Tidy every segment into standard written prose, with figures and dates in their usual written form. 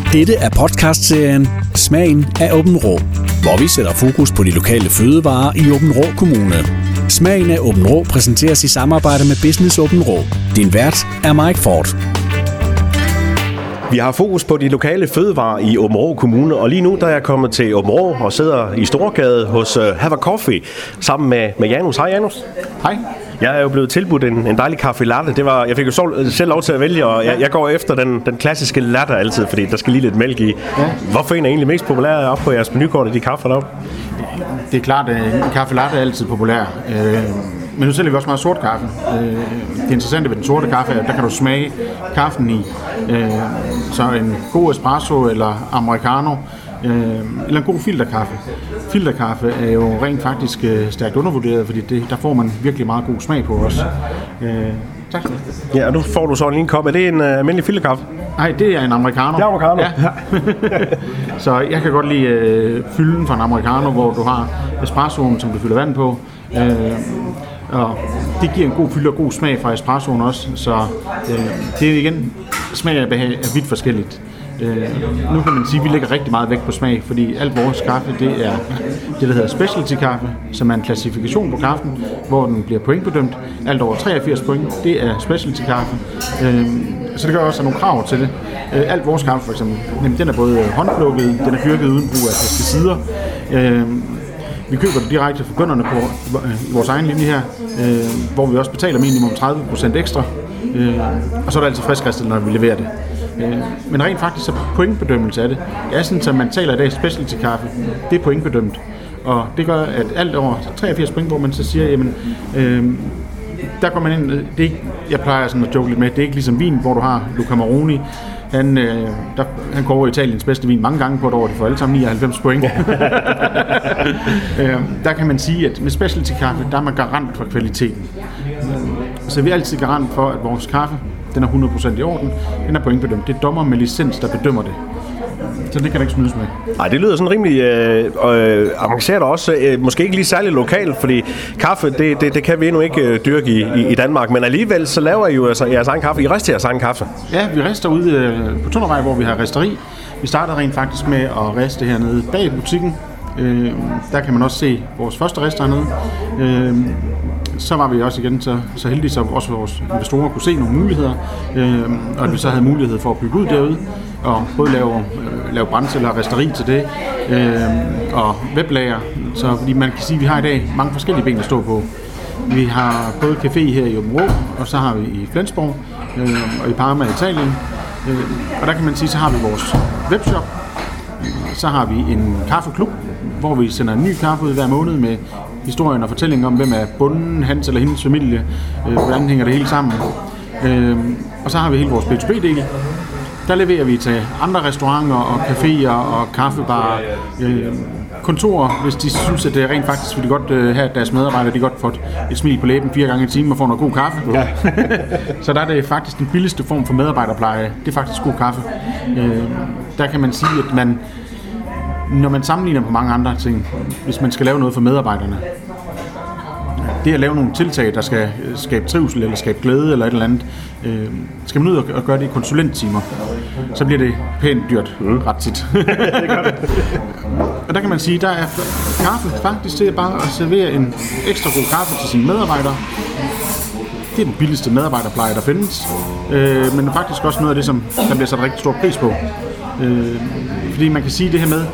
Dette er podcastserien Smagen af Aabenraa, hvor vi sætter fokus på de lokale fødevarer i Aabenraa Kommune. Smagen af Aabenraa præsenteres i samarbejde med Business Aabenraa. Din vært er Mike Ford. Vi har fokus på de lokale fødevarer i Aabenraa Kommune, og lige nu der er jeg kommet til Aabenraa og sidder i Storgade hos Have a Coffee sammen med Janus. Hej Janus. Hej. Jeg er jo blevet tilbudt en dejlig kaffe latte. Jeg fik jo selv lov til at vælge, og jeg går efter den klassiske latte altid, fordi der skal lige lidt mælk i. Ja. Hvorfor en er egentlig mest populær op på jeres menukort af de kaffer deroppe? Det er klart, at en kaffe latte er altid populær. Men nu sælger vi også meget sort kaffe. Det interessante ved den sorte kaffe er, at der kan du smage kaffen i. Så en god espresso eller americano, eller en god filterkaffe. Filterkaffe er jo rent faktisk stærkt undervurderet, fordi der får man virkelig meget god smag på også. Tak. Ja, og nu får du så lige en kop. Er det en almindelig filterkaffe? Nej, det er en americano. Det er americano? Ja. Så jeg kan godt lide fylden fra en americano, hvor du har espressoen, som du fylder vand på. Og det giver en god fylde og god smag fra espressoen også. Så det er igen, smag er vidt forskelligt. Nu kan man sige, at vi lægger rigtig meget vægt på smag, fordi alt vores kaffe, det er det, der hedder specialty kaffe, som er en klassifikation på kaffen, hvor den bliver pointbedømt. Alt over 83 point, det er specialty kaffe. Så det gør også nogle krav til det. Alt vores kaffe for eksempel, den er både håndplukket, den er dyrket uden brug af pesticider. Vi køber det direkte fra bønderne på vores egen linje her, hvor vi også betaler minimum 30% ekstra. Og så er der altid friskristet, når vi leverer det. Men rent faktisk så pointbedømmelse af det. Det er sådan, at man taler i dag specialty kaffe, det er pointbedømt. Og det gør, at alt over 83 point, hvor man så siger, jamen, der går man ind, det er ikke, jeg plejer sådan at joke lidt med, det er ikke ligesom vin, hvor du har Luca Maroni. Han går over Italiens bedste vin mange gange på et år, de får alle sammen 99 point. Der kan man sige, at med specialty kaffe, der er man garant for kvaliteten. Så vi er altid garant for, at vores kaffe, den er 100% i orden, den er pointbedømt. Det er dommer med licens, der bedømmer det. Så det kan der ikke snydes med. Nej, det lyder sådan rimelig avanceret også. Måske ikke lige særlig lokalt, fordi kaffe, det kan vi endnu ikke dyrke i Danmark. Men alligevel så laver I jo altså jeres egen kaffe. I rister jeres egen kaffe. Ja, vi rister ude på Tundervej, hvor vi har risteri. Vi startede rent faktisk med at riste hernede bag butikken. Der kan man også se vores første rester hernede. Så var vi også igen så heldige, så også vores investorer kunne se nogle muligheder, og at vi så havde mulighed for at bygge ud derude, og både lave brandceller og risteri til det, og weblager. Så fordi man kan sige, at vi har i dag mange forskellige ben at stå på. Vi har både café her i Aabenraa, og så har vi i Flensborg, og i Parma i Italien. Og der kan man sige, så har vi vores webshop, så har vi en kaffeklub, hvor vi sender en ny kaffe ud hver måned med historien og fortællingen om, hvem er bunden, hans eller hendes familie, hvordan hænger det hele sammen. Og så har vi hele vores B2B-del. Der leverer vi til andre restauranter og caféer og kaffebarer, kontorer, hvis de synes, at det rent faktisk vil de godt have, at deres medarbejdere de godt får et smil på læben 4 gange i timen og får noget god kaffe. Ja. Så der er det faktisk den billigste form for medarbejderpleje. Det er faktisk god kaffe. Der kan man sige, at når man sammenligner på mange andre ting, hvis man skal lave noget for medarbejderne, det at lave nogle tiltag, der skal skabe trivsel eller skabe glæde eller et eller andet, skal man ud og gøre det i konsulenttimer, så bliver det pænt dyrt ret tit. Det gør det. Og der kan man sige, der er kaffe faktisk til bare at servere en ekstra god kaffe til sine medarbejdere. Det er den billigste medarbejderpleje, der findes, men det er faktisk også noget af det, som der bliver sat rigtig stor pris på. Fordi man kan sige det her med,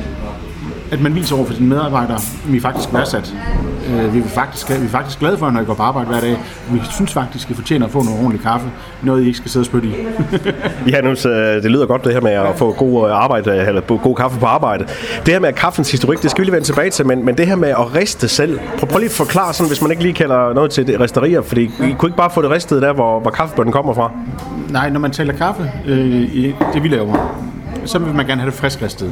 at man viser over for sine medarbejdere, at vi er faktisk værdsat. Vi er faktisk glade for, når I går på arbejde hver dag. Vi synes faktisk, at I fortjener at få noget ordentlig kaffe. Noget, I ikke skal sidde og spytte i. Ja, nu, det lyder godt det her med at få god kaffe på arbejde. Det her med kaffens historik, det skal vi lige vende tilbage til, men det her med at riste selv. Prøv lige at forklare sådan, hvis man ikke lige kender noget til det risterier, fordi I kunne ikke bare få det ristet der, hvor kaffebønnen kommer fra? Nej, når man taler kaffe, det vi laver, så vil man gerne have det friskristet.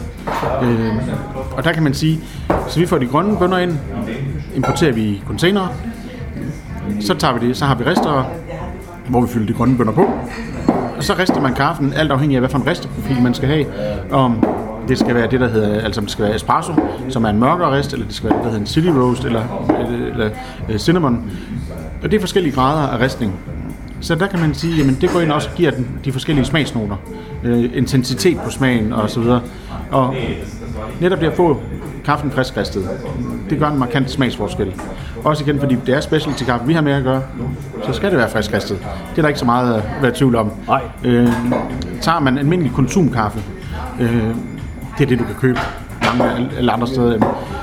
Og der kan man sige, så vi får de grønne bønner ind, importerer vi i containere, så tager vi det, så har vi rister, hvor vi fylder de grønne bønner på, og så rister man kaffen, alt afhængig af, hvad for en risteprofil man skal have. Om det skal være det, der hedder, altså det skal være espresso, som er en mørkere rist, eller det skal være det, der hedder en city roast, eller cinnamon. Og det er forskellige grader af ristning. Så der kan man sige, jamen det går ind og også giver de forskellige smagsnoter, intensitet på smagen og så videre. Og netop det at få kaffen friskristet, det gør en markant smagsforskel. Også igen, fordi det er specialty kaffe, vi har med at gøre, så skal det være friskristet. Det er der ikke så meget at være tvivl om. Nej. Tager man almindelig konsumkaffe, det er det, du kan købe mange eller andre steder.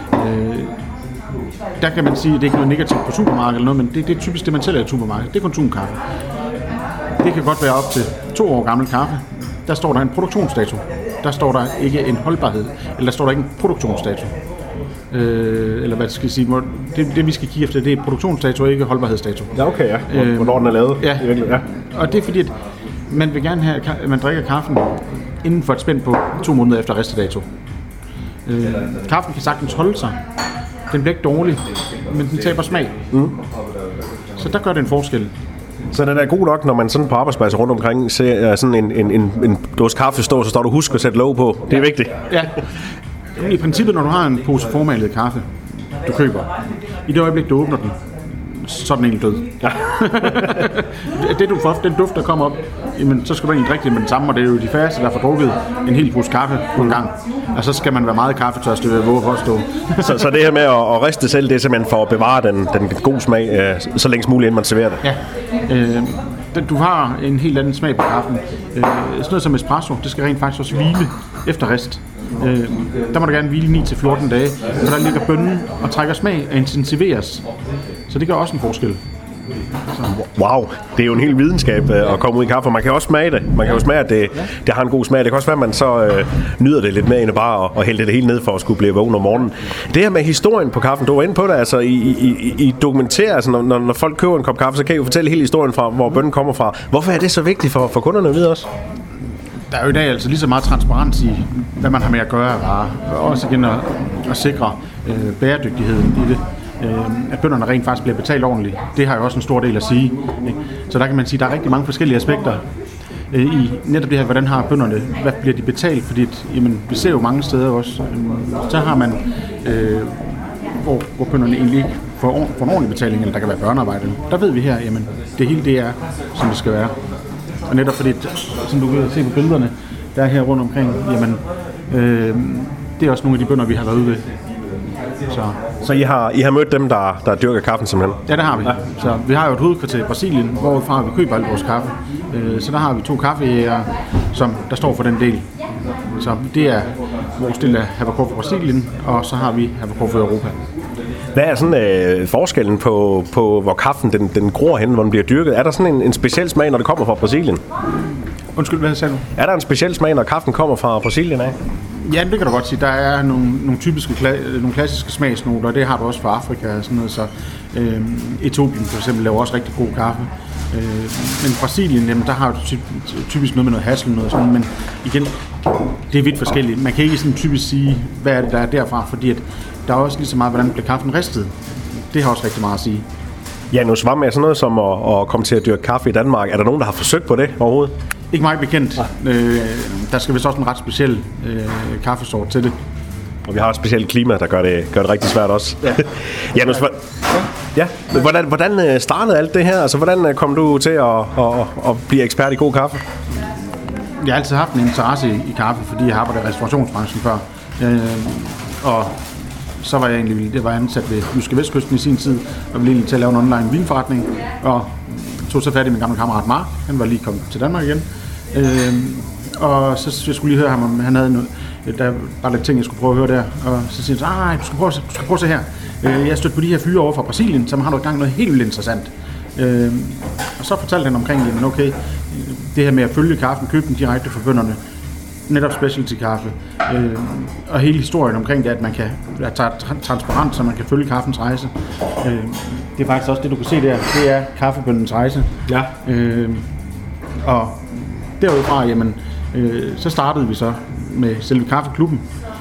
Der kan man sige, at det ikke er noget negativt på supermarkedet eller noget, men det er typisk det, man sælger i supermarkedet. Det er konsumkaffe. Det kan godt være op til 2 år gammel kaffe. Der står der en produktionsdato. Der står der ikke en holdbarhed, eller der står der ikke en produktionsdato. Eller hvad skal jeg sige? Det vi skal kigge efter, det er produktionsdato og ikke holdbarhedsdato. Ja, okay, ja. Hvornår den er lavet. Ja. Og det er fordi, at man vil gerne have, at man drikker kaffen inden for et spænd på 2 måneder efter restedato. Kaffen kan sagtens holde sig. Den bliver ikke dårlig, men den taber smag. Så der gør det en forskel. Så den er god nok, når man sådan på arbejdspladser rundt omkring ser sådan en dåse kaffe stå, så står du husk at sætte låg på. Det er vigtigt. Ja. I princippet, når du har en pose formalet kaffe, du køber, i det øjeblik, du åbner den, så er den egentlig død. Ja. Det du får, den duft, der kommer op, jamen, så skal du egentlig drikke det med den samme, og det er jo de færreste, der får drukket en hel pose kaffe på en gang. Og så skal man være meget kaffetørst, det vil jeg påstå. Så det her med at riste selv, det er simpelthen for at bevare den gode smag, så længst muligt, inden man serverer det? Ja. Du har en helt anden smag på kaffen. Sådan noget som espresso, det skal rent faktisk også hvile efter rest. Der må du gerne hvile 9-14 dage, og der ligger bønnen og trækker smag og intensiveres. Så det gør også en forskel. Wow, det er jo en hel videnskab at komme ud i kaffe. Man kan også smage det. Man kan jo smage, at det har en god smag. Det kan også være, at man så nyder det lidt mere end bare og hælde det hele ned for at skulle blive vågen om morgenen. Det her med historien på kaffen, du var inde på det, altså I dokumenterer, altså når folk køber en kop kaffe, så kan I jo fortælle hele historien fra, hvor bønnen kommer fra. Hvorfor er det så vigtigt for kunderne at vide også? Der er jo i dag altså lige så meget transparens i, hvad man har med at gøre af varer. Og også igen at sikre bæredygtigheden i det. At bønderne rent faktisk bliver betalt ordentligt. Det har jo også en stor del at sige. Ikke? Så der kan man sige, at der er rigtig mange forskellige aspekter i netop det her, hvordan har bønderne, hvad bliver de betalt? Fordi jamen, vi ser jo mange steder også, så har man, hvor bønderne egentlig ikke får en ordentlig betaling, eller der kan være børnearbejde. Der ved vi her, jamen det hele det er, som det skal være. Og netop fordi, som du kan se på billederne, der er her rundt omkring, jamen det er også nogle af de bønder, vi har været ude ved. Så I har mødt dem, der dyrker kaffen simpelthen? Ja, det har vi. Så vi har jo et hovedkvarter i Brasilien, hvorfra vi køber al vores kaffe. Så der har vi 2 kaffejæger, som der står for den del. Så det er vores del af Haverkoff i Brasilien, og så har vi Haverkoff i Europa. Hvad er sådan forskellen på hvor kaffen den gror hen, hvor den bliver dyrket? Er der sådan en speciel smag, når det kommer fra Brasilien? Undskyld, hvad sagde du? Er der en speciel smag, når kaffen kommer fra Brasilien af? Ja, det kan du godt sige. Der er nogle typiske, nogle klassiske smagsnoter, og det har du også fra Afrika og sådan noget. Så Etiopien for eksempel laver også rigtig god kaffe. Men Brasilien, jamen, der har du typisk noget med noget hasselnød og sådan, men igen, det er vidt forskelligt. Man kan ikke sådan typisk sige, hvad er det, der er derfra, fordi at der er også lige så meget, hvordan bliver kaffen ristet. Det har også rigtig meget at sige. Ja, nu svarer med sådan noget som at komme til at dyrke kaffe i Danmark. Er der nogen, der har forsøgt på det overhovedet? Ikke meget bekendt. Der skal vist også en ret speciel kaffesort til det. Og vi har et specielt klima, der gør det rigtig svært også. Ja. Ja, nu ja. Hvordan startede alt det her? Altså, hvordan kom du til at blive ekspert i god kaffe? Jeg har altid haft en interesse i kaffe, fordi jeg har arbejdet i restaurationsbranchen før. Og så var jeg egentlig ansat ved Jyske Vestkysten i sin tid, og ville egentlig til at lave en online vinforretning, og tog så fat i min gamle kammerat Mark. Han var lige kommet til Danmark igen. Og så jeg skulle lige høre ham, om han havde noget, der var lidt ting, jeg skulle prøve at høre der. Og så siger han, du skal prøve at se her. Jeg stødte på de her fyre over fra Brasilien, som har noget gang noget helt vildt interessant. Og så fortalte han omkring, jamen okay, det her med at følge kaffen, købe den direkte fra bønderne, netop specialty kaffe, og hele historien omkring det, at man kan være transparent, så man kan følge kaffens rejse. Det er faktisk også det, du kan se der, det er kaffebøndens rejse. Ja. Og derudfra, jamen, så startede vi så med selve kaffeklubben,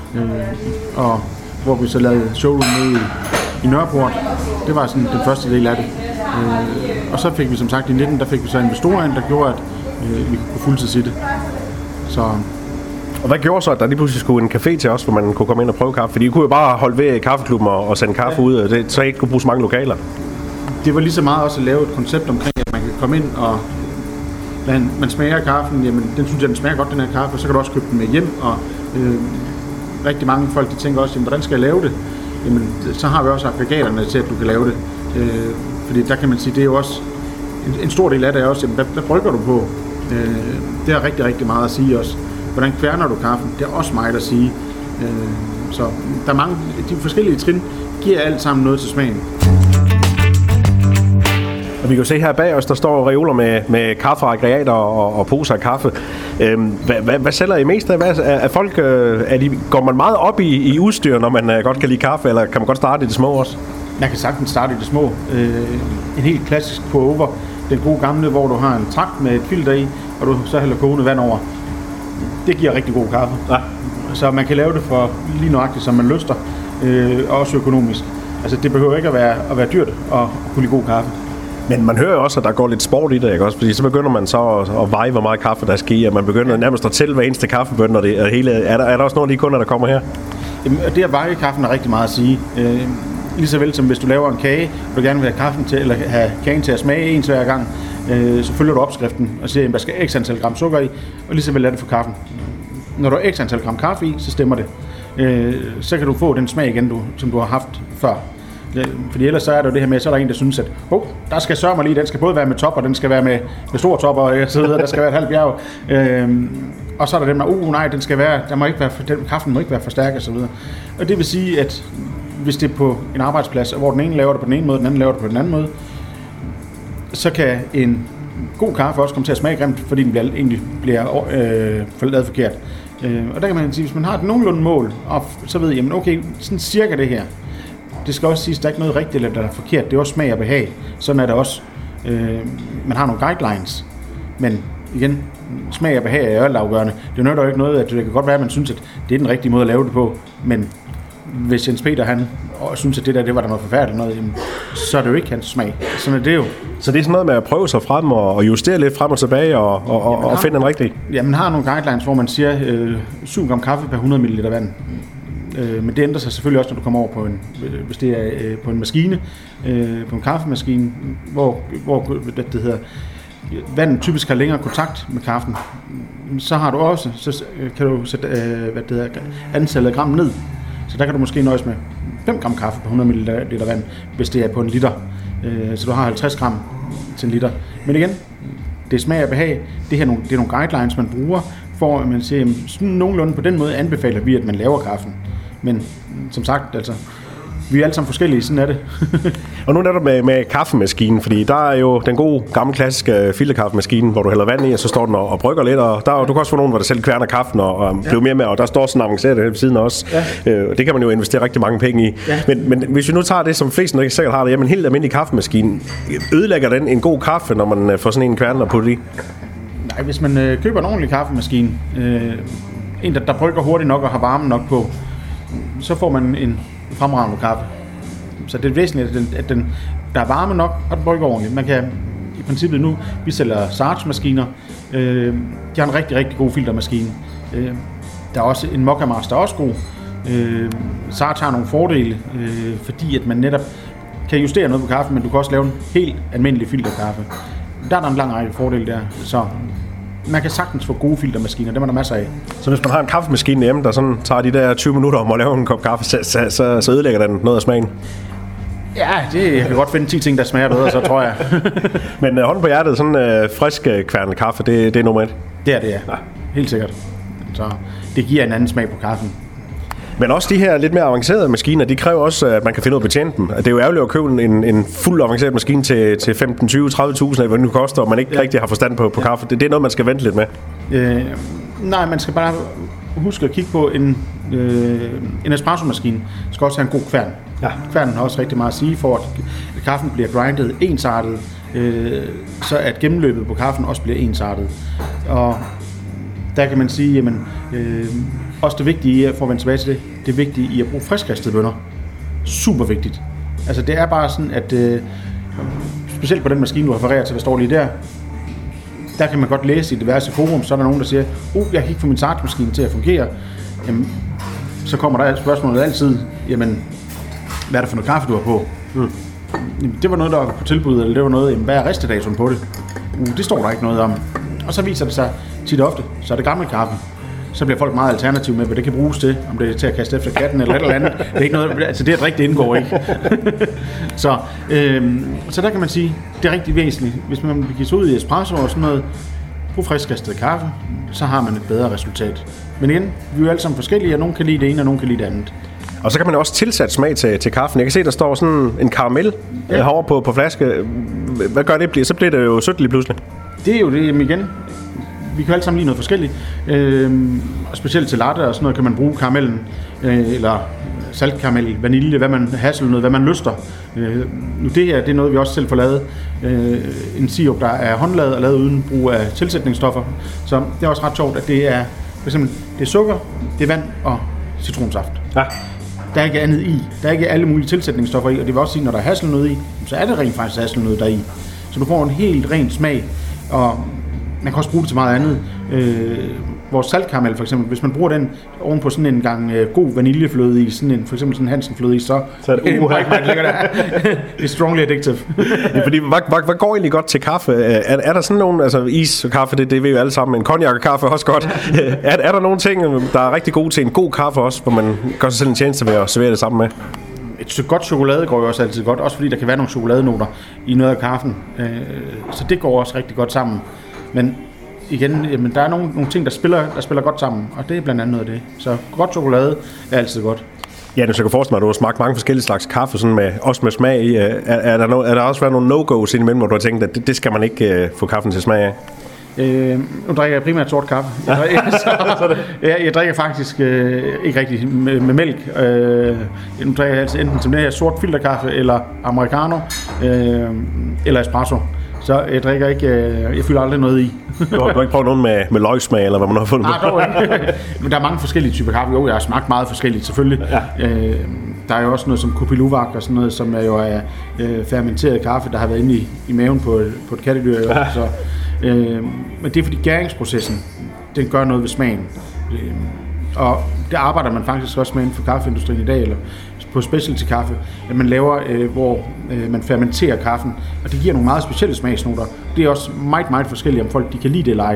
og hvor vi så lavede showroom nede i Nørreport. Det var sådan den første del af det. Og så fik vi som sagt i 19, der fik vi så investorer ind, der gjorde, at vi kunne fuldtids i det. Så. Og hvad gjorde så, at der lige pludselig skulle en café til os, hvor man kunne komme ind og prøve kaffe? Fordi I kunne jo bare holde ved kaffeklubben og sende kaffe ud, og det, så ikke kunne bruge så mange lokaler. Det var lige så meget også at lave et koncept omkring, at man kan komme ind og man smager kaffen, jamen den synes jeg, den smager godt, den her kaffe, så kan du også købe den med hjem, og rigtig mange folk, de tænker også, jamen, hvordan skal jeg lave det? Jamen, så har vi også aggregaterne til, at du kan lave det. Fordi der kan man sige, det er jo også, en stor del af det er også, jamen, hvad brygger du på? Det har rigtig, rigtig meget at sige også. Hvordan kværner du kaffen? Det er også meget at sige. Så der er mange, de forskellige trin giver alt sammen noget til smagen. Og vi kan jo se her bag os, der står reoler med kaffeaggregater og poser af kaffe. Hvad sælger I mest af? Er folk, går man meget op i udstyr, når man godt kan lide kaffe, eller kan man godt starte i det små også? Man kan sagtens starte i det små. En helt klassisk pour-over, den gode gamle, hvor du har en trakt med et filter i, og du så hælder kogende vand over. Det giver rigtig god kaffe. Ja. Så man kan lave det for lige nøjagtigt, som man lyster, og også økonomisk. Altså det behøver ikke at være dyrt at kunne lide god kaffe. Men man hører jo også, at der går lidt sport i det, ikke også? Fordi så begynder man så at veje, hvor meget kaffe der skal i, og man begynder nærmest at tælle hver eneste kaffebønne, og det hele. Er der også nogle af de kunder, der kommer her? Jamen, det at veje kaffen er rigtig meget at sige. Lige så vel som hvis du laver en kage, og du gerne vil have kaffen til, eller have kagen til at smage ens hver gang, så følger du opskriften og siger, at der skal x antal gram sukker i, og lige så vel er det for kaffen. Når du har x antal gram kaffe i, så stemmer det. Så kan du få den smag igen, som du har haft før. Fordi ellers så er der jo det her med, så er der en, der synes, at der skal sørge mig lige, den skal både være med top, og den skal være med store topper, og så videre, der skal være et halvt bjerg. Og så er der dem, der, nej, den skal være, kaffen må ikke være for stærk, og så videre. Og det vil sige, at hvis det er på en arbejdsplads, hvor den ene laver det på den ene måde, den anden laver det på den anden måde, så kan en god kaffe også komme til at smage grimt, fordi den bliver lavet forkert. Og der kan man sige, hvis man har et nogenlunde mål, og så ved jeg, okay, sådan cirka det her. Det skal også siges, at der er ikke noget rigtigt eller der er forkert. Det er også smag og behag. Sådan er det også. Man har nogle guidelines, men igen, smag og behag er jo afgørende. Det nytter jo ikke noget, at det kan godt være, at man synes, at det er den rigtige måde at lave det på, men hvis Jens Peter han synes, at det var der noget forfærdeligt noget, jamen, så er det jo ikke hans smag. Sådan er det jo. Så det er sådan noget med at prøve sig frem og justere lidt frem og tilbage og finde den rigtige? Ja, man har nogle guidelines, hvor man siger 7 gram kaffe per 100 ml vand. Men det ændrer sig selvfølgelig også, når du kommer over på hvis det er på en maskine, på en kaffemaskine, hvor det hedder, vandet typisk har længere kontakt med kaffen. Så har du også, så kan du sætte antallet af gram ned. Så der kan du måske nøjes med 5 gram kaffe på 100 ml vand, hvis det er på en liter. Så du har 50 gram til en liter. Men igen, det smager og behag. Det er nogle guidelines, man bruger, for at man siger, nogenlunde på den måde anbefaler vi, at man laver kaffen. Men som sagt, altså, vi er alle sammen forskellige, sådan er det. Og nu er det med kaffemaskinen, fordi der er jo den gode, gamle, klassiske filterkaffemaskine, hvor du hælder vand i, og så står den og brygger lidt, og du kan også få nogen, hvor der selv kværner kaffen og bliver mere med, og der står sådan avanceret ved siden også. Ja. Det kan man jo investere rigtig mange penge i. Ja. Men hvis vi nu tager det, som flest ikke sikkert har det, jamen en helt almindelig kaffemaskine, ødelægger den en god kaffe, når man får sådan en kværner og putter i? Nej, hvis man køber en ordentlig kaffemaskine, en der brygger hurtigt nok og har varmen nok på, så får man en fremragende kaffe. Så det er væsentligt, at der er varme nok, og den brygger ordentligt. Man kan i princippet nu, vi sælger Sarge-maskiner. De har en rigtig, rigtig god filtermaskine. Der er også en Mokka Master, også god. Sarge har nogle fordele, fordi at man netop kan justere noget på kaffen, men du kan også lave en helt almindelig filterkaffe. Der er en lang række fordele der, så man kan sagtens få gode filtermaskiner, dem er der masser af. Så hvis man har en kaffemaskine hjemme, der sådan tager de der 20 minutter om at lave en kop kaffe, så ødelægger den noget af smagen? Ja, jeg kan godt finde 10 ting, der smager bedre, så tror jeg. Men hånden på hjertet, sådan frisk kværnet kaffe, det er nummer 1? Det er det, ja. Helt sikkert. Så det giver en anden smag på kaffen. Men også de her lidt mere avancerede maskiner, de kræver også, at man kan finde ud af at betjene dem. Det er jo ærgerligt at købe en fuld avanceret maskine til 15, 20, 30.000, hvad det nu koster, og man ikke rigtig har forstand på kaffe. Det er noget, man skal vente lidt med. Nej, man skal bare huske at kigge på en espresso-maskine. Skal også have en god kværn. Ja. Kværnen har også rigtig meget at sige for, at kaffen bliver grindet ensartet, så at gennemløbet på kaffen også bliver ensartet. Og der kan man sige, jamen, også det vigtige, for at vende tilbage til det vigtige i at bruge friskristede bønner. Super vigtigt. Altså det er bare sådan, at specielt på den maskine, du refererer til, der står lige der kan man godt læse i diverse forum, så er der nogen, der siger, jeg kan ikke få min Sarge-maskine til at fungere. Jamen, så kommer der spørgsmålet altid, jamen, hvad er det for noget kaffe, du har på? det var noget, der var på tilbud, eller det var noget, hvad er restedatoen på det? Det står der ikke noget om. Og så viser det sig tit og ofte, så er det gammel kaffe. Så bliver folk meget alternative med, hvad det kan bruges til, om det er til at kaste efter katten eller et eller andet. Det er ikke noget, altså det at drikke, det indgår ikke. Så der kan man sige, det er rigtig væsentligt. Hvis man giver sig ud i espresso og sådan noget, brug friskastet kaffe, så har man et bedre resultat. Men igen, vi er jo alle sammen forskellige, og nogen kan lide det ene, og nogen kan lide det andet. Og så kan man også tilsætte smag til kaffen. Jeg kan se, der står sådan en karamel herovre på flaske. Hvad gør det? Så bliver det jo sødt lige pludselig. Det er jo det, igen. Vi kan alle sammen lide noget forskelligt. Specielt til latte og sådan noget kan man bruge karamellen, eller saltkaramel, vanilje, hasselnød, hvad man lyster. Nu det her, det er noget, vi også selv får lavet. En sirup, der er håndlavet og lavet uden brug af tilsætningsstoffer. Så det er også ret sjovt, at det er, for eksempel, det er sukker, det er vand og citronsaft. Ja. Der er ikke andet i. Der er ikke alle mulige tilsætningsstoffer i, og det vil også sige, når der er hasselnød i, så er det rent faktisk hasselnød der i. Så du får en helt ren smag, og man kan også bruge det til meget andet. Vores saltkaramel for eksempel, hvis man bruger den oven på sådan en gang god vaniljefløde i, for eksempel sådan en Hansen-fløde i, så er det det er strongly addictive. Ja, fordi hvad går egentlig godt til kaffe? Er der sådan nogle, altså is og kaffe, det ved jo alle sammen, en cognac og kaffe også godt. Er der nogle ting, der er rigtig gode til en god kaffe også, hvor man gør sig selv en tjeneste ved at servere det sammen med? Et stykke godt chokolade går jo også altid godt, også fordi der kan være nogle chokoladenoter i noget af kaffen. Så det går også rigtig godt sammen. Men igen, jamen, der er nogle ting, der spiller godt sammen, og det er blandt andet noget af det. Så godt chokolade er altid godt. Ja, nu så kan jeg forestille mig, at du har smagt mange forskellige slags kaffe, sådan også med smag i. Er der også været nogle no-go's indimellem, hvor du har tænkt, at det skal man ikke få kaffen til smag af? Nu drikker jeg primært sort kaffe. Jeg drikker faktisk ikke rigtig med mælk. Nu drikker jeg altså enten som det her sort filterkaffe, eller americano, eller espresso. Så jeg drikker ikke, jeg fylder aldrig noget i. Du har ikke prøvet nogen med løgsmag, eller hvad man har fundet? Nej, dog ikke. Men der er mange forskellige typer kaffe. Jo, jeg har smagt meget forskelligt, selvfølgelig. Ja. Der er jo også noget som Kopi Luwak og sådan noget, som er jo fermenteret kaffe, der har været inde i maven på et kattedyr. Ja. Så, men det er fordi gæringsprocessen, den gør noget ved smagen. Og det arbejder man faktisk også med inden for kaffeindustrien i dag, eller på specialty kaffe, at man laver, hvor man fermenterer kaffen, og det giver nogle meget specielle smagsnoter. Det er også meget, meget forskelligt, om folk de kan lide det eller ej.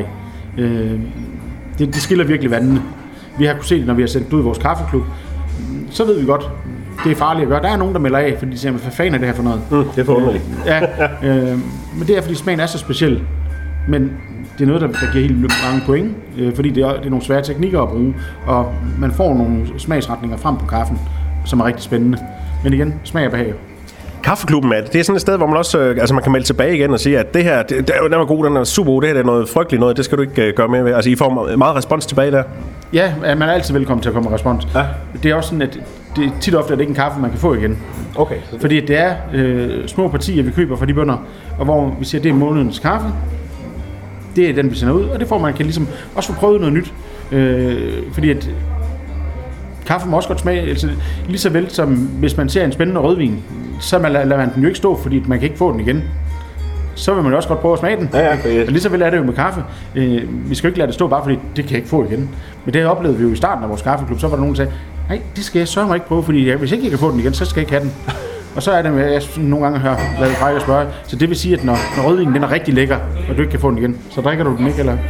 Det skiller virkelig vandene. Vi har kunnet se det, når vi har sendt ud i vores kaffeklub. Så ved vi godt, det er farligt at gøre. Der er nogen, der melder af, fordi de siger, hvad fanden er det her for noget? Det er for underligt. Ja, men det er, fordi smagen er så speciel. Men det er noget, der giver helt mange point, fordi det er nogle svære teknikker at bruge, og man får nogle smagsretninger frem på kaffen, som er rigtig spændende. Men igen, smag og behag. Kaffeklubben, det er sådan et sted, hvor man også man kan melde tilbage igen og sige, at det her, den var god, den er super god, det her er noget frygteligt noget, det skal du ikke gøre med. Altså, I får meget respons tilbage der? Ja, man er altid velkommen til at komme med respons. Ja. Det er også sådan, at det tit og ofte er det ikke en kaffe, man kan få igen. Okay. Fordi det er små partier, vi køber fra de bønder, og hvor vi siger, det er månedens kaffe. Det er den, vi sender ud, og det får man kan ligesom også få prøvet noget nyt. Fordi at kaffe må også godt smage, altså, lige så vel som hvis man ser en spændende rødvin, så lader man den jo ikke stå, fordi man kan ikke få den igen. Så vil man også godt prøve at smage den. Ja. Og lige så vel er det jo med kaffe. Vi skal jo ikke lade det stå, bare fordi det kan jeg ikke få igen. Men det oplevede vi jo i starten af vores kaffeklub, så var der nogen, der sagde, nej, det skal jeg sørge mig ikke prøve, fordi hvis ikke jeg kan få den igen, så skal jeg ikke have den. Og så er det med, at jeg nogle gange har lavet fejl at spørge. Så det vil sige, at når rødvinen den er rigtig lækker, og du ikke kan få den igen, så drikker du den ikke, eller?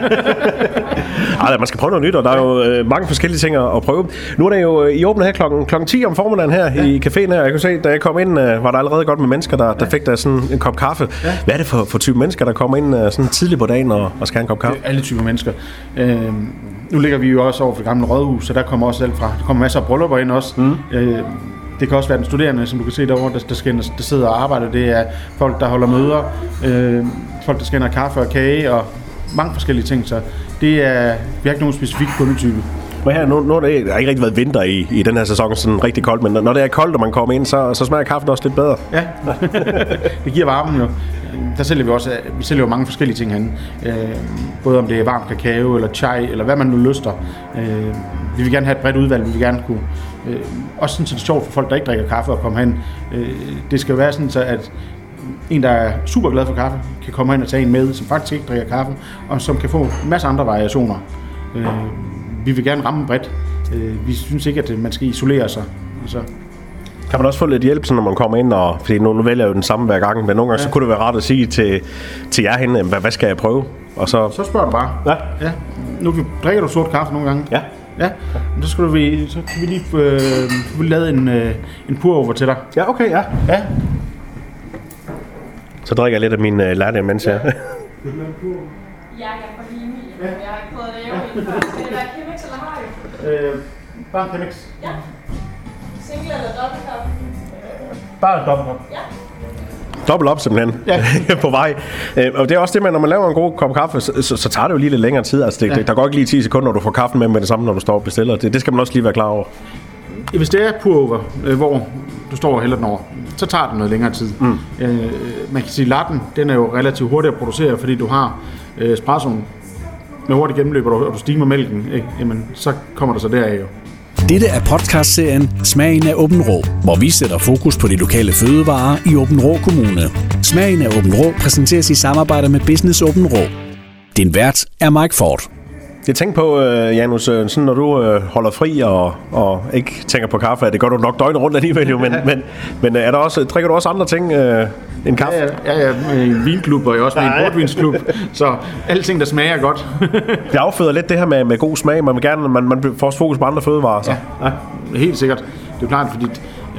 Ej, man skal prøve noget nyt, og der er jo mange forskellige ting at prøve. Nu er det jo, I åbner her klokken 10 om formiddagen her i caféen her. Jeg kunne se, da jeg kom ind, var der allerede godt med mennesker, der fik der sådan en kop kaffe. Ja. Hvad er det for type mennesker, der kommer ind sådan tidligt på dagen og skal have en kop kaffe? Alle typer mennesker. Nu ligger vi jo også over for det gamle rådhus, så der kommer også alt fra. Der kommer masser af bryllupper ind også. Det kan også være den studerende, som du kan se derovre, der sidder og arbejder. Det er folk, der holder møder, folk, der skal have kaffe og kage og mange forskellige ting. Så det er, vi har ikke nogen specifik kundetype. Men her, nu der ikke rigtig været vinter i den her sæson, sådan rigtig koldt, men når det er koldt, og man kommer ind, så smager kaffen også lidt bedre. Ja, det giver varmen jo. Der sælger vi sælger jo mange forskellige ting herinde. Både om det er varm kakao eller chai, eller hvad man nu lyster. Vi vil gerne have et bredt udvalg, vi vil gerne kunne. Også sådan, så det er sjovt for folk, der ikke drikker kaffe, at komme hen. Det skal være sådan, så at en, der er super glad for kaffe, kan komme hen og tage en med, som faktisk ikke drikker kaffe, og som kan få en masse andre variationer. Vi vil gerne ramme bredt. Vi synes ikke, at man skal isolere sig. Altså. Kan man også få lidt hjælp, når man kommer ind, fordi nu vælger jeg jo den samme hver gang, men nogle gange så kunne det være rart at sige til jer henne, hvad skal jeg prøve? Og så spørger du bare. Ja. Nu drikker du sort kaffe nogle gange. Ja. Så kan vi lige få lavet en pour-over til dig. Ja, okay, ja. Så drikker jeg lidt af min latte, mens jeg... Jeg kan få lige min, jeg har ikke prøvet at lave en før. Skal det være Chemex eller Mario? Bare Chemex. Ja. Single eller dobbelt kaffe? Bare dobbelt kaffe. Ja. Dobbelt op simpelthen, på vej. Og det er også det med, når man laver en god kop kaffe, så tager det jo lige lidt længere tid. Altså, der går ikke lige 10 sekunder, når du får kaffen med det samme, når du står og bestiller. Det skal man også lige være klar over. Hvis det er pour-over, hvor du står og hælder den over, så tager det noget længere tid. Man kan sige, at latten, den er jo relativt hurtig at producere, fordi du har espressoen med hurtigt gennemløb, og du stimer mælken, ikke? Jamen, så kommer der så deraf jo. Dette er podcastserien Smagen af Åben Rå, hvor vi sætter fokus på de lokale fødevarer i Åben Rå Kommune. Smagen af Åben Rå præsenteres i samarbejde med Business Åben Rå. Din vært er Mike Ford. Jeg tænker på, Janus, sådan når du holder fri og ikke tænker på kaffe, det gør du nok døgnet rundt alligevel jo, men er der også, drikker du også andre ting end kaffe? Ja, jeg er i en vinklub, og jeg er også med i en portvinsklub, så alle ting, der smager godt. Det afføder lidt det her med god smag, man får også fokus på andre fødevarer. Så. Ja, helt sikkert. Det er jo klart, fordi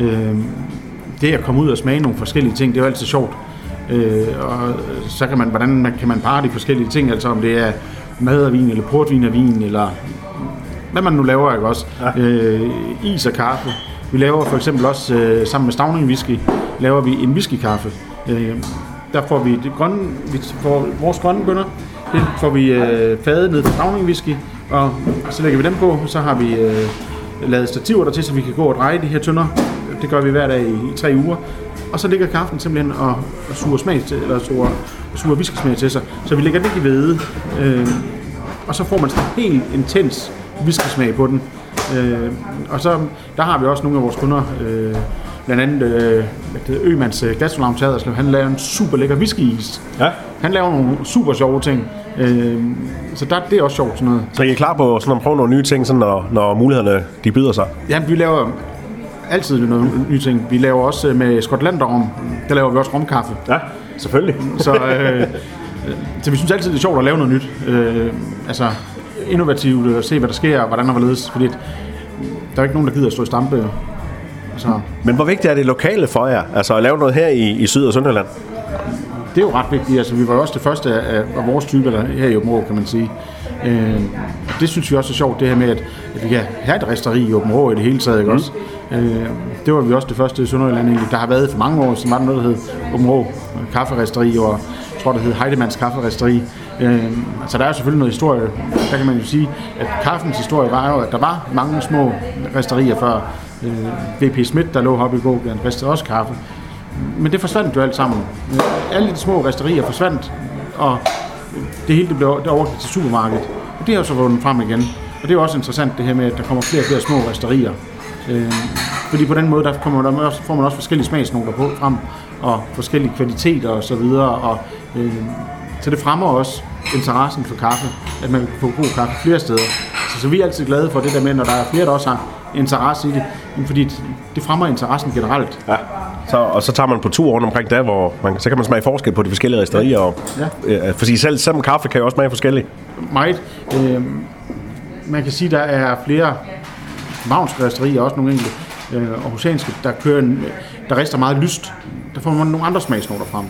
det at komme ud og smage nogle forskellige ting, det er jo altid sjovt. Og så kan hvordan kan man parre de forskellige ting, altså om det er mad af vin, eller portvin af vin, eller hvad man nu laver, ikke også? Is og kaffe. Vi laver for eksempel også, sammen med Stauning Whisky, laver vi en whiskykaffe. Der får vi det grønne, vores grønne bønner, det får vi fadet ned fra Stauning Whisky, og så lægger vi dem på, så har vi lavet stativer der til, så vi kan gå og dreje de her tønder. Det gør vi hver dag i 3 uger. Og så ligger kaffen simpelthen og suger smag til, eller suger whiskysmag til sig. Så vi lægger den ikke i hvede, og så får man sådan en helt intens whiskysmag på den. Og så der har vi også nogle af vores kunder, blandt andet Ømands Gastrolounge Haderslev, han laver en super lækker whiskyis. Ja. Han laver nogle super sjove ting. Så det er også sjovt sådan noget. Så I er klar på sådan at prøve nogle nye ting, sådan når mulighederne de byder sig? Ja, vi laver altid nogle nye ting. Vi laver også med Skotlanderom, der laver vi også romkaffe. Ja, selvfølgelig. Så vi synes altid, det er sjovt at lave noget nyt. Altså innovativt, at se, hvad der sker, og hvordan der var ledes. Fordi der er ikke nogen, der gider at stå i stampe. Så. Men hvor vigtigt er det lokale for jer? Altså at lave noget her i Syd- og Sønderjylland? Det er jo ret vigtigt. Altså, vi var jo også det første af vores type her i Åben Rå, kan man sige. Det synes vi også er sjovt, det her med, at vi kan have et resteri i Åben Rå i det hele taget, ikke også? Det var vi også det første i Sønderjylland egentlig. Der har været for mange år, så var der noget, der hed Åben Rå kafferesteri, og jeg tror, det hed Heidemanns kafferesteri. Så der er selvfølgelig noget historie. Der kan man jo sige, at kaffens historie var jo, at der var mange små resterier før. V.P. Schmidt, der lå oppe i Gård, han ristede også kaffe. Men det forsvandt jo alt sammen. Alle de små resterier forsvandt, og det hele det overgik til supermarkedet. Og det har jo så vundet frem igen. Og det er jo også interessant det her med, at der kommer flere og flere små resterier. Fordi på den måde, får man også forskellige smagsnoter på frem, og forskellige kvaliteter og så videre. Og, så det fremmer også interessen for kaffe, at man kan få god kaffe flere steder. Så vi er altid glade for det der med, når der er flere, der også har interesse i det, fordi det fremmer interessen generelt. Ja. Og så tager man på tur rundt omkring der, hvor så kan man smage forskel på de forskellige resterier. Ja. Fordi selv kaffe kan jo også smage forskelligt. Meget. Man kan sige, der er flere københavnske resterier, også nogle enkelte aarhusianske, der rister meget lyst. Der får man nogle andre smagsnoter frem.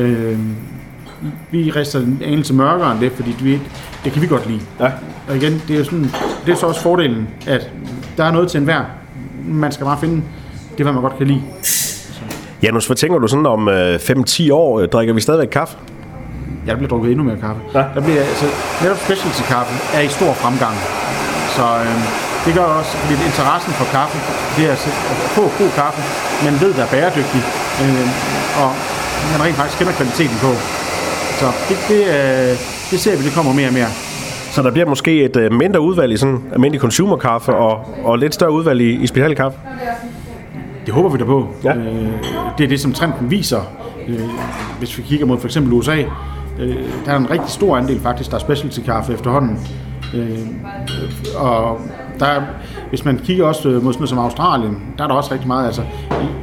Vi rister en anelse mørkere end det, fordi det kan vi godt lide. Ja. Og igen, det er så også fordelen, at der er noget til enhver. Man skal bare finde det, hvad man godt kan lide. Janus, hvad tænker du sådan om 5-10 år? Drikker vi stadigvæk kaffe? Ja, der bliver drukket endnu mere kaffe. Ja. Netop specialty kaffe er i stor fremgang. Så det gør også, fordi interessen for kaffe, det er at få god kaffe, man ved, der er bæredygtig, og man rent faktisk kender kvaliteten på. Så det ser vi, det kommer mere og mere. Så der bliver måske et mindre udvalg i sådan almindelig consumer-kaffe, og lidt større udvalg i specialkaffe? Det håber vi da på. Ja. Det er det, som trenden viser. Hvis vi kigger mod for eksempel USA, der er en rigtig stor andel faktisk, der er specialty kaffe efterhånden. Og der, hvis man kigger også mod sådan noget som Australien, der er der også rigtig meget. Altså,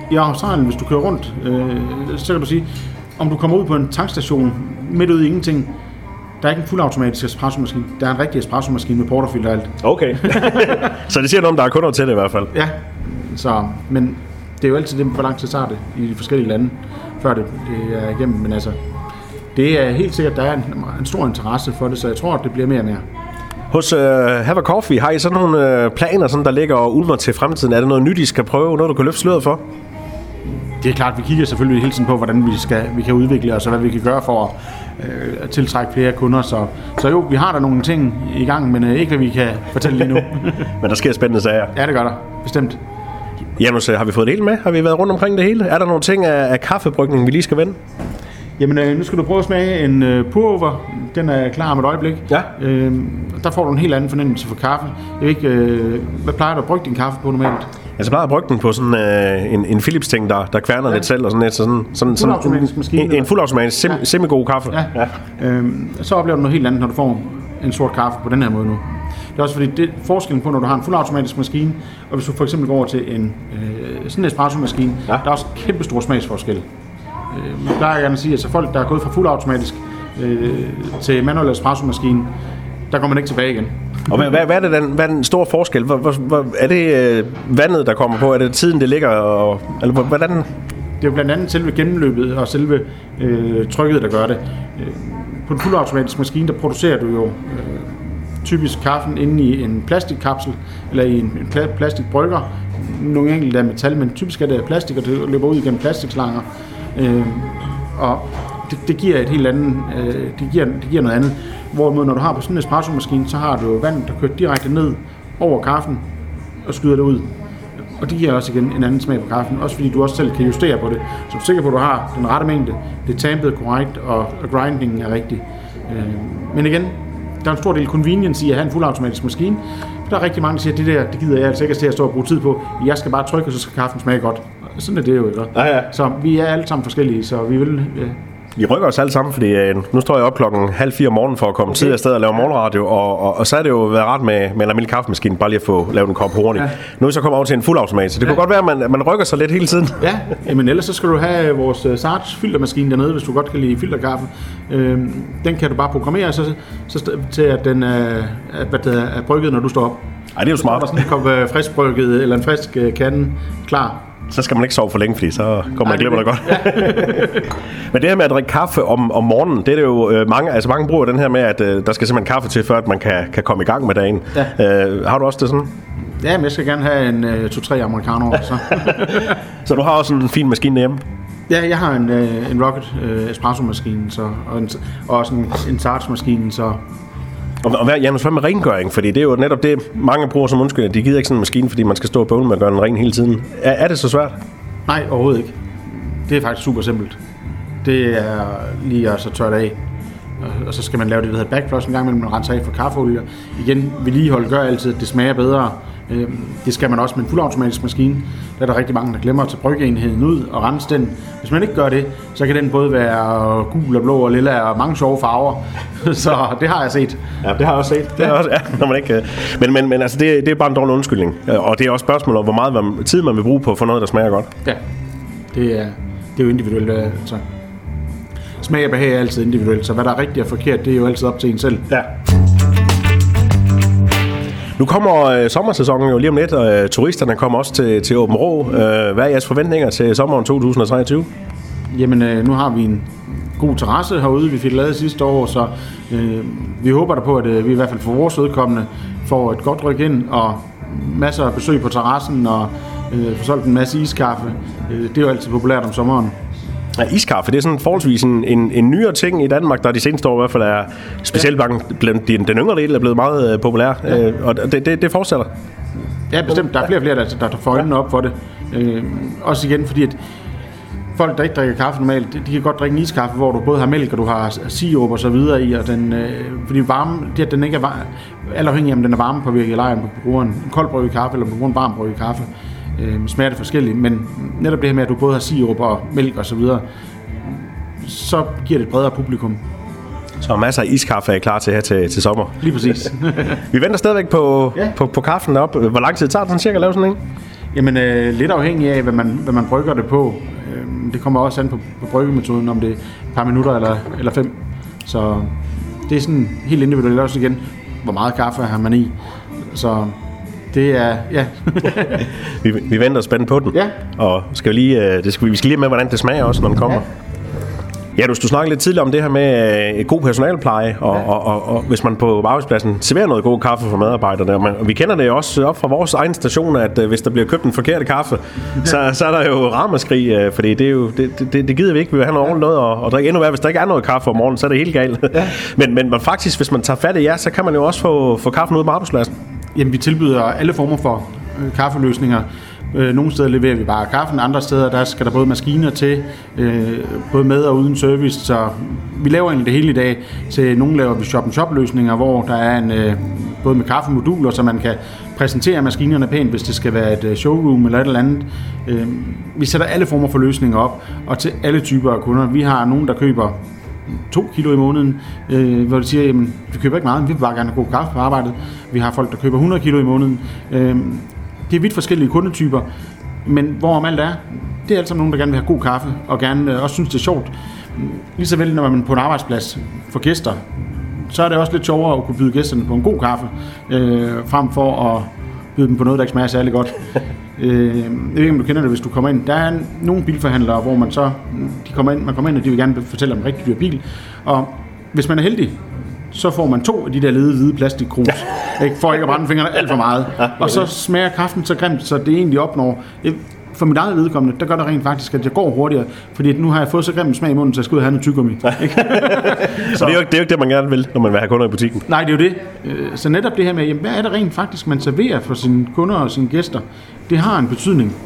I Australien, hvis du kører rundt, så kan du sige, om du kommer ud på en tankstation midt ude i ingenting, der er ikke en fuldautomatisk espressomaskine. Der er en rigtig espressomaskine med porterfilter og alt. Okay. Så det siger noget om, der er kunder til det i hvert fald. Ja, men det er jo altid det, hvor lang tid tager det i de forskellige lande, før det er igennem. Men altså, det er helt sikkert, der er en stor interesse for det, så jeg tror, at det bliver mere og mere. Hos Have a Coffee, har I sådan nogle planer, sådan, der ligger og ulmer til fremtiden? Er det noget nyt, I skal prøve? Noget, du kan løfte sløret for? Det er klart, vi kigger selvfølgelig hele tiden på, hvordan vi kan udvikle os, og hvad vi kan gøre for at tiltrække flere kunder. Så jo, vi har der nogle ting i gang, men ikke hvad vi kan fortælle lige nu. Men der sker spændende sager. Ja, det gør der. Bestemt. Janus, har vi fået det hele med? Har vi været rundt omkring det hele? Er der nogle ting af kaffebrygning, vi lige skal vende? Jamen, nu skal du prøve at smage en pour-over. Den er klar om et øjeblik. Ja. Der får du en helt anden fornemmelse for kaffe. Jeg ved ikke, hvad plejer du at brygge din kaffe på normalt? Jeg plejer at brygge den på sådan en Philips-ting, der kværner lidt selv. Og sådan fuldautomatisk maskine. En fuldautomatisk semi-god kaffe. Ja. Så oplever du noget helt andet, når du får en sort kaffe på den her måde nu. Det er også fordi, det er forskellen på, når du har en fuldautomatisk maskine, og hvis du for eksempel går over til en sådan en espresso-maskine, der er også kæmpe stor smagsforskel. Jeg plejer gerne at sige, at så folk, der er gået fra fuldautomatisk til manuel espresso-maskine, der går man ikke tilbage igen. Og hvad er den store forskel? Er det vandet, der kommer på? Er det tiden, det ligger? Eller hvordan? Det er jo blandt andet selve gennemløbet og selve trykket, der gør det. På en fuldautomatisk maskine, der producerer du jo typisk kaffen inde i en plastikkapsel, eller i en plastikbrygger. Nogle enkelte er metal, men typisk er det plastik, og det løber ud igennem plastikslanger. Og det giver et helt andet, det giver noget andet. Hvorimod når du har på sådan en espresso-maskine, så har du vand, der kører direkte ned over kaffen og skyder det ud. Og det giver også igen en anden smag på kaffen, også fordi du også selv kan justere på det. Så du er sikker på, at du har den rette mængde, det er tampet korrekt, og grindingen er rigtig. Men igen, der er en stor del convenience i at have en fuldautomatisk maskine. Der er rigtig mange, der siger, at det gider jeg altså ikke til at stå og bruge tid på. Jeg skal bare trykke, og så skal kaffen smage godt. Sådan er det jo, ikke? Ja. Så vi er alle sammen forskellige, så vi vil... Vi rykker os alle sammen, fordi nu står jeg op 3:30 om morgenen for at komme tidligere afsted og lave morgenradio, og så er det jo været ret med en almindelig kaffemaskine, bare lige at få lavet en kop hurtigt. Ja. Nu er vi så kommet over til en fuldautomat, så det kunne godt være, at man rykker sig lidt hele tiden. Ja, men ellers så skal du have vores Sarge filtermaskine dernede, hvis du godt kan lide filterkaffe. Den kan du bare programmere til, at den er brygget, når du står op. Ej, det er jo smart. Så er der sådan en kop friskbrygget, eller en frisk kande klar. Så skal man ikke sove for længe, fordi så kommer man glemmer det godt. Ja. Men det her med at drikke kaffe om morgenen, det er det jo mange bruger den her med, at der skal simpelthen kaffe til, før at man kan komme i gang med dagen. Ja. Har du også det sådan? Ja, men jeg skal gerne have en 2-3 americano. Så. Så du har også en fin maskine hjemme? Ja, jeg har en Rocket espresso-maskine, og også en Sarge-maskine, så... Og Janus, hvad med rengøring? Fordi det er jo netop det, mange bruger som undskyldning. De gider ikke sådan en maskine, fordi man skal stå og bøvle med at gøre den ren hele tiden. Er det så svært? Nej, overhovedet ikke. Det er faktisk super simpelt. Det er lige at så tørre af. Og så skal man lave det, der hedder backflush en gang imellem, man renser af for kaffeolie. Igen, vedligehold gør altid, at det smager bedre. Det skal man også med en fuldautomatisk maskine. Der er der rigtig mange, der glemmer at tage bryggeenheden ud og rense den. Hvis man ikke gør det, så kan den både være gul og blå og lilla og mange sjove farver. Så det har jeg set. Ja, det har jeg også set. Det er også, når man ikke, men altså, det er bare en dårlig undskyldning. Og det er også spørgsmål om, hvor meget tid man vil bruge på for noget, der smager godt. Ja, det er jo individuelt. Altså. Smag og behag er altid individuelt, så hvad der er rigtigt og forkert, det er jo altid op til en selv. Ja. Nu kommer sommersæsonen jo lige om lidt, og turisterne kommer også til Åben Rå. Hvad er jeres forventninger til sommeren 2023? Jamen, nu har vi en god terrasse herude, vi fik lavet sidste år, så vi håber da på, at vi i hvert fald for vores vedkommende får et godt ryk ind, og masser af besøg på terrassen, og får solgt en masse iskaffe. Det er jo altid populært om sommeren. Ja, iskaffe, det er sådan forholdsvis en nyere ting i Danmark, der de seneste år i hvert fald er specielt blandt den yngre del er blevet meget populær, og det fortsætter. Ja, bestemt. Der er flere og flere, der får øjnene op for det. Også igen, fordi at folk, der ikke drikker kaffe normalt, de kan godt drikke en iskaffe, hvor du både har mælk, og du har sirup og så videre i, og fordi varme, det at den ikke er varme, alt afhængig af om den er varmepåvirket eller ej, om du bruger en kold brygget kaffe, eller du bruger en varm brygget kaffe. Smager det forskelligt, men netop det her med, at du både har sirup og mælk og så videre, så giver det et bredere publikum. Så masser af iskaffe er klar til her til sommer. Lige præcis. Vi venter stadigvæk på kaffen deroppe. Hvor lang tid tager det sådan cirka at lave sådan en? Jamen, lidt afhængig af, hvad man brygger det på. Det kommer også an på bryggemetoden, om det er et par minutter eller 5. Så det er sådan helt individuelt også igen, hvor meget kaffe har man i. Så det er, ja. vi venter spændt på den. Ja. Og vi skal lige med, hvordan det smager også, når den kommer. Ja, du snakkede lidt tidligere om det her med god personalpleje, og hvis man på arbejdspladsen serverer noget god kaffe for medarbejderne. Og vi kender det jo også op fra vores egen station, at hvis der bliver købt en forkert kaffe, så er der jo ramaskrig, fordi det gider vi ikke. Vi vil have noget at drikke. Endnu værre, hvis der ikke er noget kaffe om morgenen, så er det helt galt. Ja. men faktisk, hvis man tager fat i jer, så kan man jo også få kaffen ud på arbejdspladsen. Jamen, vi tilbyder alle former for kaffeløsninger. Nogle steder leverer vi bare kaffen, andre steder der skal der både maskiner til, både med og uden service, så vi laver egentlig det hele i dag. Til nogle laver vi shop-and-shop-løsninger, hvor der er både med kaffemoduler, så man kan præsentere maskinerne pænt, hvis det skal være et showroom eller et eller andet. Vi sætter alle former for løsninger op, og til alle typer af kunder. Vi har nogen, der køber 2 kilo i måneden, hvor de siger, jamen, vi køber ikke meget, vi vil bare gerne have god kaffe på arbejdet. Vi har folk, der køber 100 kilo i måneden. Det er vidt forskellige kundetyper, men hvorom alt det er altså nogen, der gerne vil have god kaffe, og gerne også synes, det er sjovt. Lige så vel, når man er på en arbejdsplads for gæster, så er det også lidt sjovere at kunne byde gæsterne på en god kaffe, frem for at byde dem på noget, der ikke smager særlig godt. Jeg ved ikke, om du kender det, hvis du kommer ind. Der er nogle bilforhandlere, hvor man kommer ind, og de vil gerne fortælle om en rigtig dyr bil. Og hvis man er heldig, så får man 2 af de der lede hvide plastikkrus, for ikke at brænde fingrene alt for meget. Og så smager kaffen så grimt, så det egentlig opnår. For mit eget vedkommende, der gør det rent faktisk, at jeg går hurtigere, fordi nu har jeg fået så grim smag i munden, så jeg skal ud og have noget tyggegummi. Så. Det er jo ikke det, man gerne vil, når man vil have kunder i butikken. Nej, det er jo det. Så netop det her med, jamen, hvad er det rent faktisk, man serverer for sine kunder og sine gæster, det har en betydning.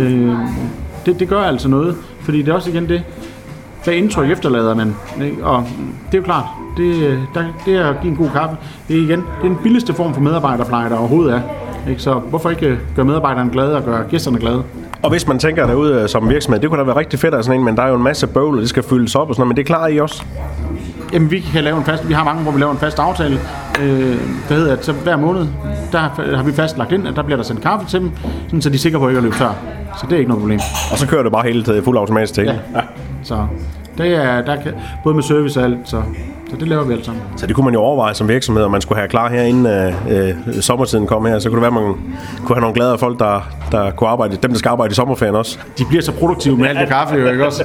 Det gør altså noget, fordi det er også igen det, hvad indtryk efterlader man. Ikke? Og det er jo klart, det er at give en god kaffe. Det er den billigste form for medarbejderpleje, der overhovedet er. Ikke? Så hvorfor ikke gøre medarbejderne glade og gøre gæsterne glade? Og hvis man tænker derude som virksomhed, det kunne da være rigtig fedt af sådan en, men der er jo en masse bøvl, og det skal fyldes op og sådan noget, men det klarer I også? Jamen, vi har mange, hvor vi laver en fast aftale. Der hedder, at så hver måned, der har vi fastlagt ind, at der bliver der sendt kaffe til dem, sådan, så de er sikre på ikke at løbe tør. Så det er ikke noget problem. Og så kører det bare hele tiden fuldautomatisk til? Ja. Så det er både med service og alt, så det laver vi alt sammen. Så det kunne man jo overveje som virksomhed, om man skulle have klar her inden sommertiden kom her. Så kunne det være, at man kunne have nogle glade folk, der kunne arbejde, dem der skal arbejde i sommerferien også. De bliver så produktive med alt det kaffe, jo ikke også?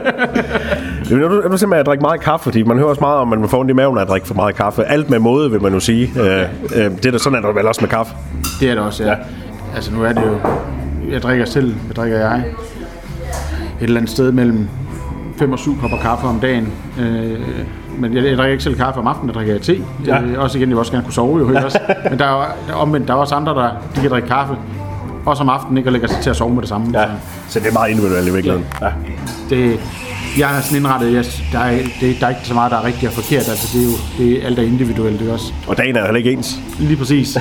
Er du simpelthen at drikke meget kaffe? Fordi man hører også meget om, at man får ondt i maven af at drikke for meget kaffe. Alt med måde, vil man jo sige. Det er da sådan, at der vel også med kaffe. Det er det også, ja. Altså nu er det jo, jeg drikker jeg et eller andet sted mellem 5 og 7 kopper kaffe om dagen. Men jeg drikker ikke selv kaffe om aftenen, der drikker jeg te. Ja. Også igen, jeg vil også gerne kunne sove, jo ikke også? Men der er også andre, de kan drikke kaffe, også om aftenen, ikke, og lægger sig til at sove med det samme. Ja. Så det er meget individuelt i virkeligheden. Ja. Jeg er sådan indrettet, der er ikke så meget, der er rigtigt og forkert. Altså, det er alt er individuelt, det også. Og dagen er heller ikke ens. Lige præcis.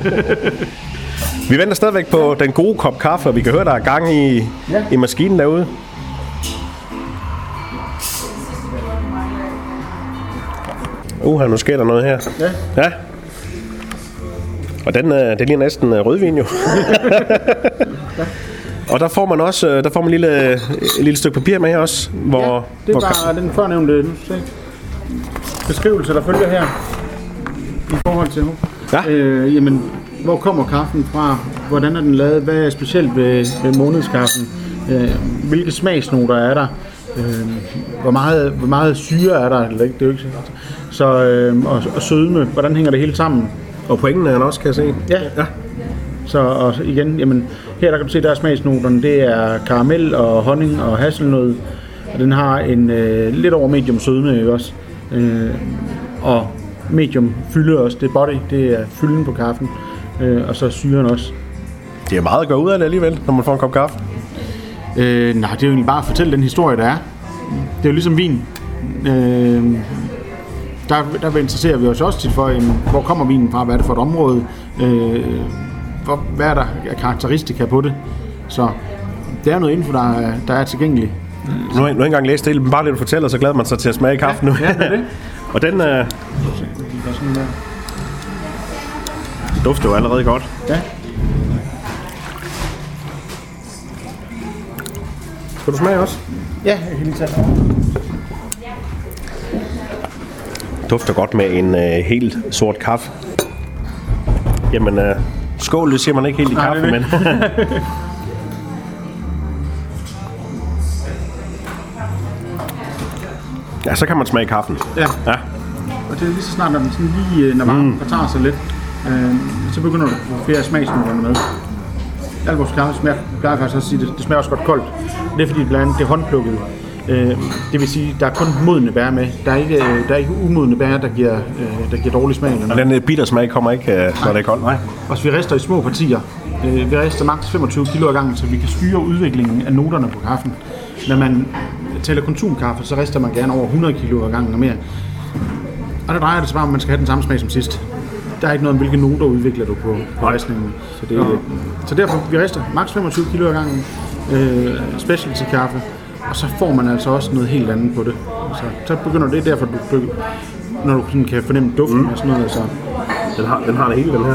Vi venter stadigvæk på den gode kop kaffe, og vi kan høre, der er gang i maskinen derude. Nu sker der noget her. Ja. Og den ligner næsten rødvin jo. Og der får man også et lille stykke papir med her også. Hvor, det var den fornævnte beskrivelse, der følger her i forhold til nu. Ja. Jamen, hvor kommer kaffen fra? Hvordan er den lavet? Hvad er specielt ved månedskaffen? Hvilke smagsnoter er der? Hvor meget syre er der? Det er jo ikke så. Og sødme. Hvordan hænger det hele sammen? Og pointen er den også, kan jeg se. Ja. Så og igen, jamen, her der kan du se, der er smagsnoterne. Det er karamel og honning og hasselnød. Og den har en lidt over medium sødme, ikke også? Og medium fylde også. Det er body, det er fylden på kaffen. Og så syren også. Det er meget at gå ud af det alligevel, når man får en kop kaffe. Nej, det er jo egentlig bare at fortælle den historie, der er. Det er jo ligesom vin. Der interesserer vi os også tit for, hvor kommer vinen fra, hvad er det for et område, hvad er der af karakteristika på det. Så det er noget info, der er tilgængeligt. Nu har jeg ikke engang læst det, men bare lidt du fortæller, så glæder man sig til at smage kaffen nu. Ja, det er det. Og den dufter jo allerede godt. Ja. Skal du smage også? Ja, jeg kan lige tage det. Dufter godt med en helt sort kaffe. Jamen, skål, det siger man ikke helt i kaffe, men... Ja, så kan man smage kaffen. Ja. Og det er lige så snart, når den sådan lige, når varmen fortager sig lidt, så begynder du at få flere smagsnoter med. Alt vores kaffe smager, plejer faktisk også at sige, det smager også godt koldt. Det er fordi, blandt andet det er håndplukket. Det vil sige, der er kun modne bær med. Der er ikke umodne bær, der giver dårlig smag. Og den bitter smag kommer ikke, når det er koldt? Nej. Og så vi rister i små partier. Vi rister maks 25 kilo ad gangen, så vi kan styre udviklingen af noterne på kaffen. Når man tæller konsumkaffe, så rister man gerne over 100 kilo ad gangen og mere. Og der drejer det sig bare om, at man skal have den samme smag som sidst. Der er ikke noget om, hvilke noter udvikler du på ristningen. Så derfor vi rister maks 25 kilo ad gangen, specialty kaffe, og så får man altså også noget helt andet på det. Så begynder det derfor, når du sådan kan fornemme duften og sådan noget. Så. Den har det hele, den her.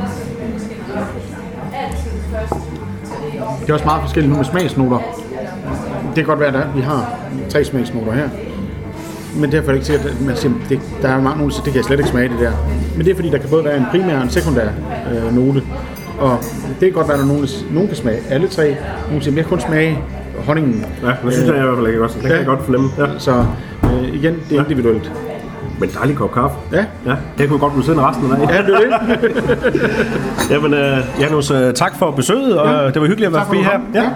Det er også meget forskelligt nu med smagsnoter. Det kan godt være, at vi har 3 smagsnoter her. Men derfor er det ikke sikkert, at man siger, der er mange nogen, der siger, det kan jeg slet ikke smage det der. Men det er fordi, der kan både være en primær og en sekundær note. Og det kan godt være, at nogen kan smage alle 3. Nogen siger, jeg kan kun smage honningen. Ja, det synes jeg i hvert fald ikke også. Det kan jeg godt fornemme. Ja. Så igen, det er individuelt. Men dejlig kop kaffe. Ja. Det kunne godt blive siddende resten af dagen. Ja, det er det. Jamen, Janus, tak for besøget, og det var hyggeligt at være forbi her. Ja.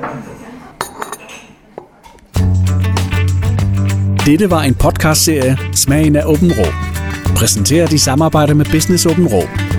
Dette var en podcastserie Smagen af Åben Rå. Præsenteret i samarbejde med Business Åben Rå.